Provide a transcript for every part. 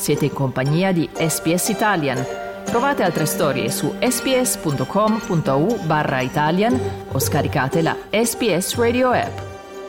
Siete in compagnia di SBS Italian. Trovate altre storie su sbs.com.au/Italian o scaricate la SBS Radio app.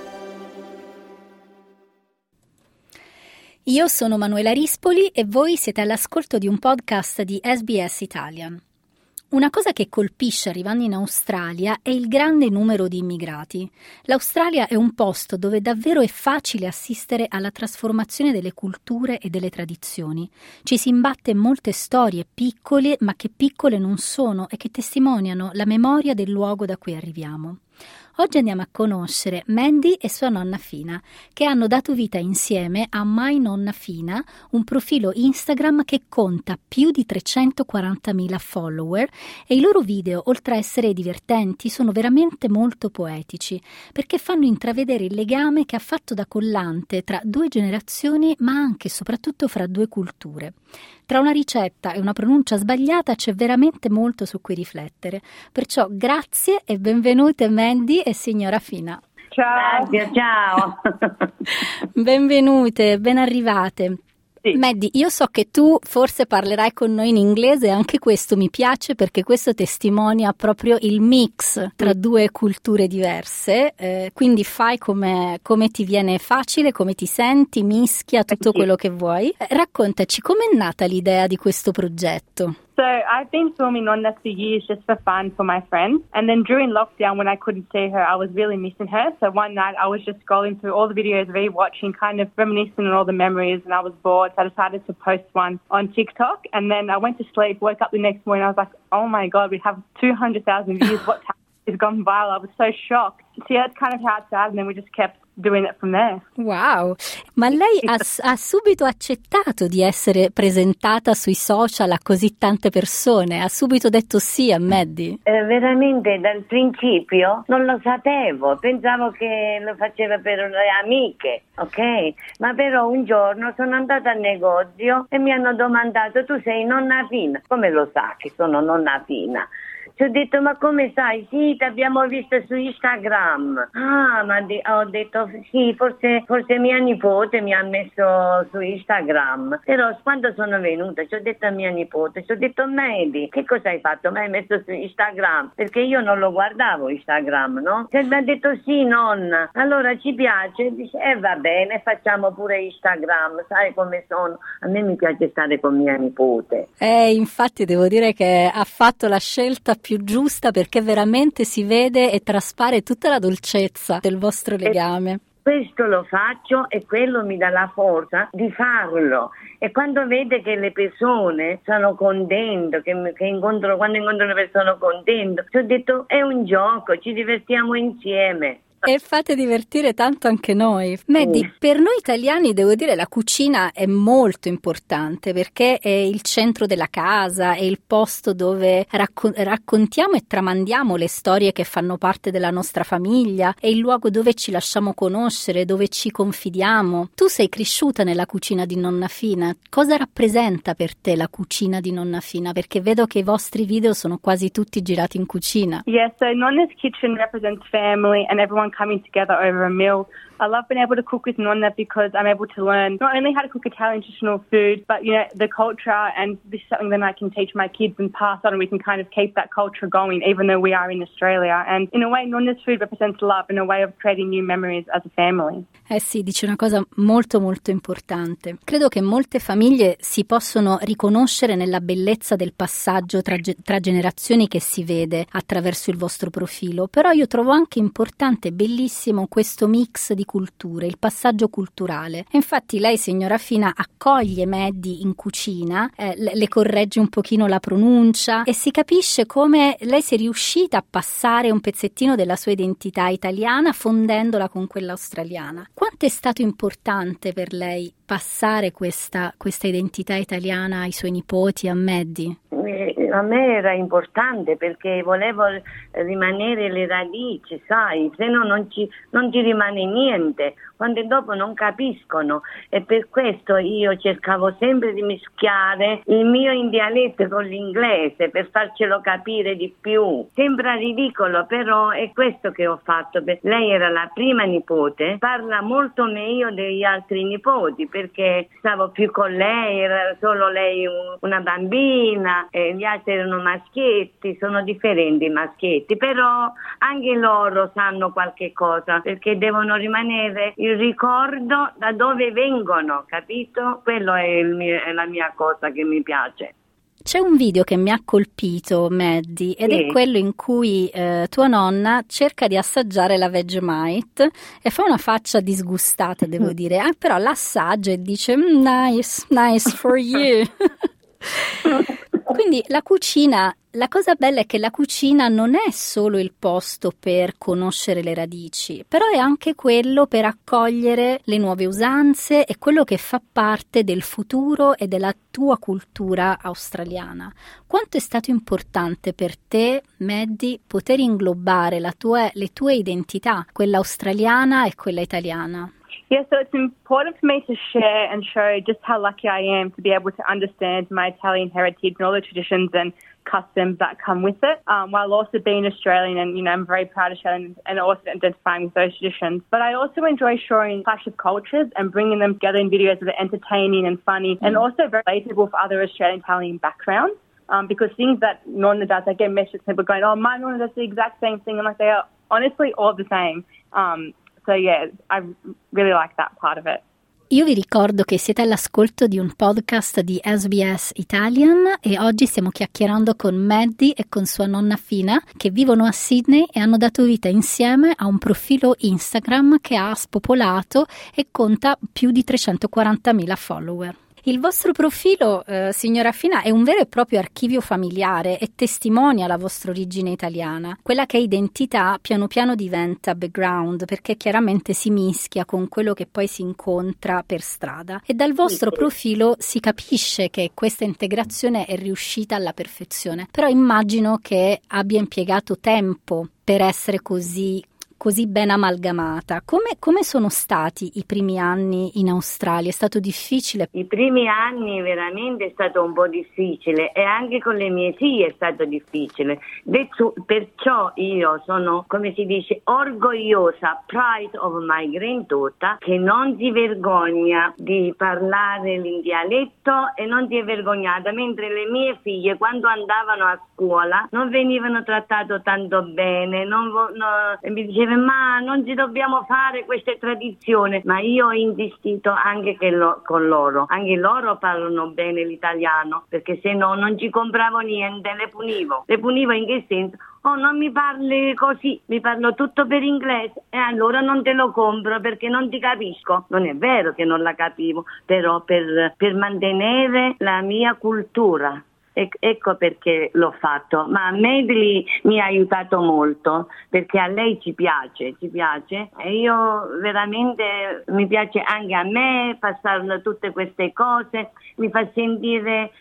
Io sono Manuela Rispoli e voi siete all'ascolto di un podcast di SBS Italian. Una cosa che colpisce arrivando in Australia è il grande numero di immigrati. L'Australia è un posto dove davvero è facile assistere alla trasformazione delle culture e delle tradizioni. Ci si imbatte in molte storie piccole, ma che piccole non sono e che testimoniano la memoria del luogo da cui arriviamo. Oggi andiamo a conoscere Mandy e sua nonna Fina, che hanno dato vita insieme a My Nonna Fina, un profilo Instagram che conta più di 340.000 follower e i loro video, oltre a essere divertenti, sono veramente molto poetici, perché fanno intravedere il legame che ha fatto da collante tra due generazioni, ma anche e soprattutto fra due culture. Tra una ricetta e una pronuncia sbagliata c'è veramente molto su cui riflettere. Perciò grazie e benvenute Mandy e signora Fina. Ciao. Grazie, ciao. Benvenute, ben arrivate. Sì. Mandy, io so che tu forse parlerai con noi in inglese e anche questo mi piace perché questo testimonia proprio il mix tra due culture diverse, quindi fai come ti viene facile, come ti senti, mischia tutto quello che vuoi. Raccontaci com'è nata l'idea di questo progetto. So I've been filming Nonna for years just for fun for my friends. And then during lockdown when I couldn't see her, I was really missing her. So one night I was just scrolling through all the videos, rewatching, kind of reminiscing on all the memories, and I was bored. So I decided to post one on TikTok. And then I went to sleep, woke up the next morning, I was like, oh my God, we have 200,000 views. What time has gone viral? I was so shocked. So yeah, that's kind of how it started. And then we just kept doing it from there. Wow, ma lei ha subito accettato di essere presentata sui social a così tante persone, ha subito detto sì a Mandy? Veramente dal principio non lo sapevo, pensavo che lo faceva per le amiche, ok? Ma però un giorno sono andata al negozio e mi hanno domandato: tu sei nonna Fina? Come lo sa che sono nonna Fina? Ci ho detto: ma come sai? Sì, ti abbiamo visto su Instagram. Ah, ma ho detto sì, forse mia nipote mi ha messo su Instagram. Però quando sono venuta ci ho detto a mia nipote, ci ho detto: Mandy, che cosa hai fatto? Mi hai messo su Instagram? Perché io non lo guardavo Instagram, no? E mi ha detto sì, nonna. Allora ci piace? Dice va bene, facciamo pure Instagram. Sai come sono? A me mi piace stare con mia nipote. Infatti devo dire che ha fatto la scelta più giusta perché veramente si vede e traspare tutta la dolcezza del vostro legame. Questo lo faccio e quello mi dà la forza di farlo. E quando vede che le persone sono contente, quando incontro le persone sono contento, ci ho detto è un gioco, ci divertiamo insieme. E fate divertire tanto anche noi. Mandy, per noi italiani devo dire la cucina è molto importante perché è il centro della casa, è il posto dove raccontiamo e tramandiamo le storie che fanno parte della nostra famiglia, è il luogo dove ci lasciamo conoscere, dove ci confidiamo. Tu sei cresciuta nella cucina di Nonna Fina. Cosa rappresenta per te la cucina di Nonna Fina? Perché vedo che i vostri video sono quasi tutti girati in cucina. Yeah, so Nonna's kitchen represents family and everyone coming together over a meal. I love being able to cook with Nonna because I'm able to learn not only how to cook Italian traditional food, but the culture, and this is something that I can teach my kids and pass on, and we can kind of keep that culture going even though we are in Australia. And in a way, Nonna's food represents love and a way of creating new memories as a family. Sì, dice una cosa molto molto importante. Credo che molte famiglie si possono riconoscere nella bellezza del passaggio tra generazioni che si vede attraverso il vostro profilo, però io trovo anche importante e bellissimo questo mix di culture, il passaggio culturale. Infatti lei, signora Fina, accoglie Mandy in cucina, le corregge un pochino la pronuncia e si capisce come lei sia riuscita a passare un pezzettino della sua identità italiana fondendola con quella australiana. Quanto è stato importante per lei passare questa identità italiana ai suoi nipoti, a Mandy? a me era importante perché volevo rimanere le radici, sai, se no non ci rimane niente, quando dopo non capiscono, e per questo io cercavo sempre di mischiare il mio in dialetto con l'inglese per farcelo capire di più. Sembra ridicolo, però è questo che ho fatto. Lei era la prima nipote, parla molto meglio degli altri nipoti perché stavo più con lei, era solo lei una bambina e gli altri erano maschietti, sono differenti i maschietti, però anche loro sanno qualche cosa perché devono rimanere il ricordo da dove vengono, capito? Quello è la mia cosa che mi piace. C'è un video che mi ha colpito, Maddie, ed è quello in cui tua nonna cerca di assaggiare la Vegemite e fa una faccia disgustata, devo dire, però l'assaggia e dice nice for you. Quindi la cucina, la cosa bella è che la cucina non è solo il posto per conoscere le radici, però è anche quello per accogliere le nuove usanze e quello che fa parte del futuro e della tua cultura australiana. Quanto è stato importante per te, Maddie, poter inglobare le tue identità, quella australiana e quella italiana? Yeah, so it's important for me to share and show just how lucky I am to be able to understand my Italian heritage and all the traditions and customs that come with it, while also being Australian, and I'm very proud Australian and also identifying with those traditions. But I also enjoy showing clash of cultures and bringing them together in videos that are entertaining and funny and also very relatable for other Australian Italian backgrounds. Because things that Nonna does, I get messages people going, oh, my Nonna does the exact same thing. I'm like, they are honestly all the same. So yeah, I really like that part of it. Io vi ricordo che siete all'ascolto di un podcast di SBS Italian e oggi stiamo chiacchierando con Maddie e con sua nonna Fina che vivono a Sydney e hanno dato vita insieme a un profilo Instagram che ha spopolato e conta più di 340.000 follower. Il vostro profilo, signora Fina, è un vero e proprio archivio familiare e testimonia la vostra origine italiana. Quella che è identità piano piano diventa background perché chiaramente si mischia con quello che poi si incontra per strada. E dal vostro profilo si capisce che questa integrazione è riuscita alla perfezione. Però immagino che abbia impiegato tempo per essere così ben amalgamata. Come sono stati i primi anni in Australia? È stato difficile? I primi anni veramente è stato un po' difficile e anche con le mie figlie è stato difficile. Perciò io sono, come si dice, orgogliosa, pride of my granddaughter, che non si vergogna di parlare in dialetto e non si è vergognata, mentre le mie figlie quando andavano a scuola non venivano trattate tanto bene, mi dicevano ma non ci dobbiamo fare queste tradizioni, ma io ho insistito anche con loro, anche loro parlano bene l'italiano perché se no non ci compravo niente, le punivo in che senso? Oh, non mi parli così, mi parlo tutto per inglese e allora non te lo compro perché non ti capisco. Non è vero che non la capivo, però per mantenere la mia cultura. Ecco perché l'ho fatto, ma Maddie mi ha aiutato molto perché a lei ci piace e io veramente mi piace anche a me passare tutte queste cose, mi fa sentire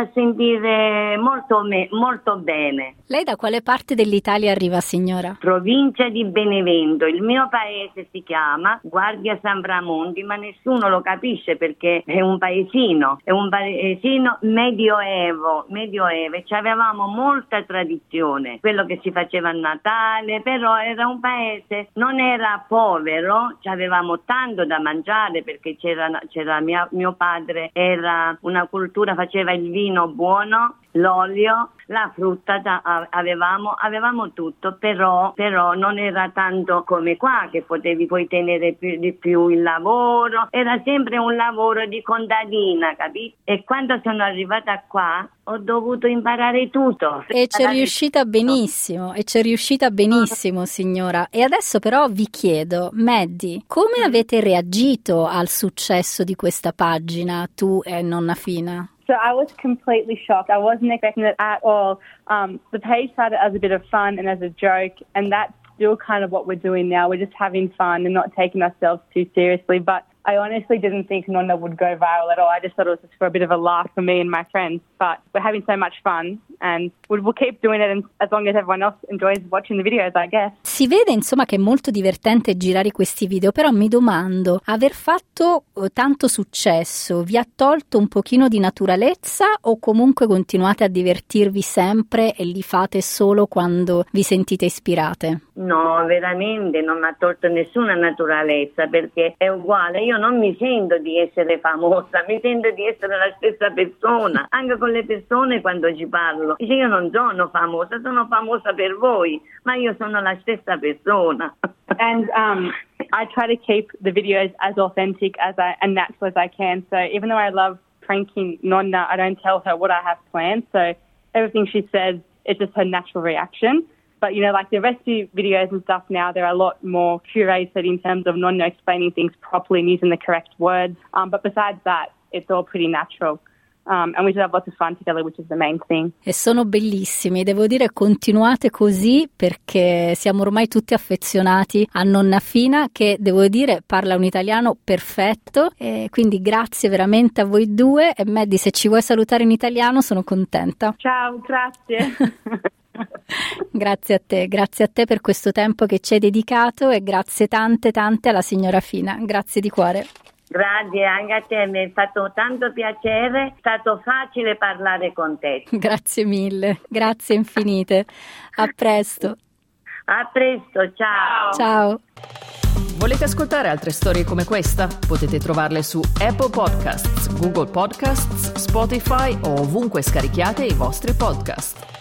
molto bene. Lei da quale parte dell'Italia arriva, signora? Provincia di Benevento, il mio paese si chiama Guardia San Bramonti, ma nessuno lo capisce perché è un paesino medioevo, e avevamo molta tradizione, quello che si faceva a Natale, però era un paese, non era povero, avevamo tanto da mangiare perché c'era mio padre, era una cultura, faceva il vino buono, l'olio, la frutta, avevamo tutto, però non era tanto come qua che puoi tenere di più il lavoro, era sempre un lavoro di contadina, capito? E quando sono arrivata qua ho dovuto imparare tutto. E c'è riuscita benissimo, signora. E adesso però vi chiedo, Maddie, come avete reagito al successo di questa pagina, tu e nonna Fina? So I was completely shocked. I wasn't expecting it at all. The page started as a bit of fun and as a joke, and that's still kind of what we're doing now. We're just having fun and not taking ourselves too seriously. But I honestly didn't think Nonna would go viral at all. I just thought it was just for a bit of a laugh for me and my friends. But we're having so much fun and we'll keep doing it as long as everyone else enjoys watching the videos, I guess. Si vede insomma che è molto divertente girare questi video, però mi domando, aver fatto tanto successo vi ha tolto un pochino di naturalezza o comunque continuate a divertirvi sempre e li fate solo quando vi sentite ispirate? No, veramente non mi ha tolto nessuna naturalezza, perché è uguale. Io non mi sento di essere famosa, mi sento di essere la stessa persona. Anche con le persone quando ci parlo, dice io non sono famosa per voi, ma io sono la stessa persona. And I try to keep the videos as authentic and natural as I can. So even though I love pranking Nonna, I don't tell her what I have planned. So everything she says is just her natural reaction. But, you know, like the rescue videos and stuff now, they're a lot more curated in terms of Nonna explaining things properly and using the correct words. But besides that, it's all pretty natural. And we just have lots of fun together, which is the main thing. E sono bellissimi, devo dire continuate così perché siamo ormai tutti affezionati a Nonna Fina, che devo dire parla un italiano perfetto, e quindi grazie veramente a voi due. E Maddie, se ci vuoi salutare in italiano sono contenta. Ciao, grazie. Grazie a te per questo tempo che ci hai dedicato e grazie tante alla signora Fina, grazie di cuore. Grazie anche a te, mi è fatto tanto piacere, è stato facile parlare con te. Grazie mille, grazie infinite, a presto. A presto, ciao. Ciao. Volete ascoltare altre storie come questa? Potete trovarle su Apple Podcasts, Google Podcasts, Spotify o ovunque scarichiate i vostri podcast.